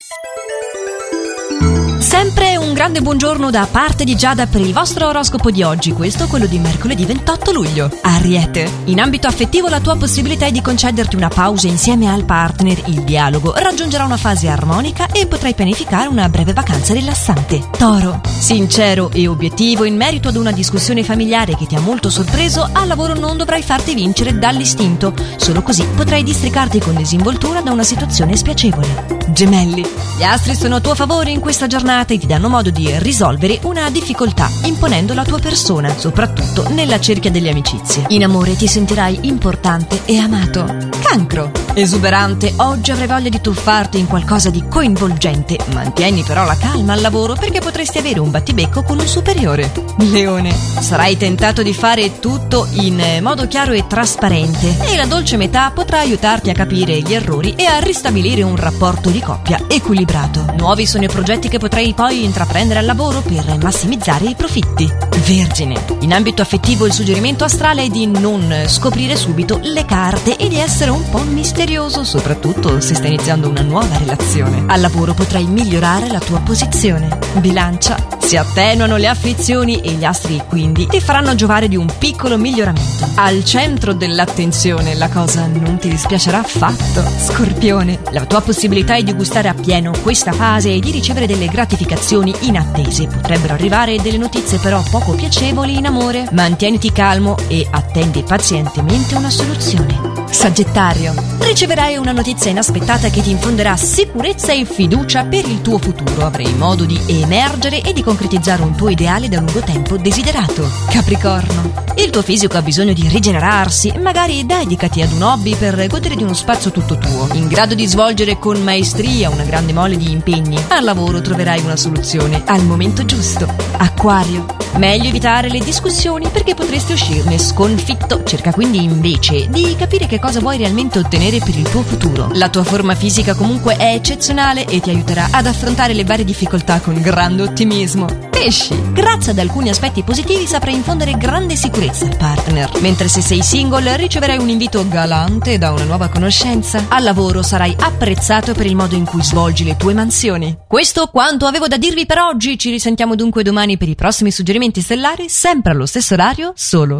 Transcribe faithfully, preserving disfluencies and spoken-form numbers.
Sempre un grande buongiorno da parte di Giada per il vostro oroscopo di oggi, questo quello di mercoledì ventotto luglio. Ariete, in ambito affettivo la tua possibilità è di concederti una pausa insieme al partner, il dialogo raggiungerà una fase armonica e potrai pianificare una breve vacanza rilassante. Toro, sincero e obiettivo in merito ad una discussione familiare che ti ha molto sorpreso, al lavoro non dovrai farti vincere dall'istinto, solo così potrai districarti con disinvoltura da una situazione spiacevole. Gemelli, gli astri sono a tuo favore in questa giornata e ti danno modo di risolvere una difficoltà imponendo la tua persona, soprattutto nella cerchia delle amicizie. In amore ti sentirai importante e amato. Cancro, esuberante, oggi avrai voglia di tuffarti in qualcosa di coinvolgente, mantieni però la calma al lavoro perché potresti avere un battibecco con un superiore. Leone, sarai tentato di fare tutto in modo chiaro e trasparente e la dolce metà potrà aiutarti a capire gli errori e a ristabilire un rapporto di coppia equilibrato. Nuovi sono i progetti che potrai poi intraprendere al lavoro per massimizzare i profitti. Vergine, in ambito affettivo il suggerimento astrale è di non scoprire subito le carte e di essere un po' misterioso, soprattutto se stai iniziando una nuova relazione. Al lavoro potrai migliorare la tua posizione. Bilancia, si attenuano le afflizioni e gli astri quindi ti faranno giovare di un piccolo miglioramento. Al centro dell'attenzione la cosa non ti dispiacerà affatto. Scorpione, la tua possibilità è di gustare appieno questa fase e di ricevere delle gratificazioni inattese. Potrebbero arrivare delle notizie però poco piacevoli in amore. Mantieniti calmo e attendi pazientemente una soluzione. Sagittario, riceverai una notizia inaspettata che ti infonderà sicurezza e fiducia per il tuo futuro. Avrai modo di emergere e di concretizzare un tuo ideale da lungo tempo desiderato. Capricorno, il tuo fisico ha bisogno di rigenerarsi, magari dedicati ad un hobby per godere di uno spazio tutto tuo, in grado di svolgere con maestria una grande mole di impegni. Al lavoro troverai una soluzione al momento giusto. Acquario, meglio evitare le discussioni perché potresti uscirne sconfitto. Cerca quindi invece di capire che cosa vuoi realmente ottenere per il tuo futuro. La tua forma fisica comunque è eccezionale e ti aiuterà ad affrontare le varie difficoltà con grande ottimismo. Pesci, grazie ad alcuni aspetti positivi saprai infondere grande sicurezza al partner, mentre se sei single riceverai un invito galante da una nuova conoscenza. Al lavoro sarai apprezzato per il modo in cui svolgi le tue mansioni. Questo quanto avevo da dirvi per oggi, ci risentiamo dunque domani per i prossimi suggerimenti stellari, sempre allo stesso orario, solo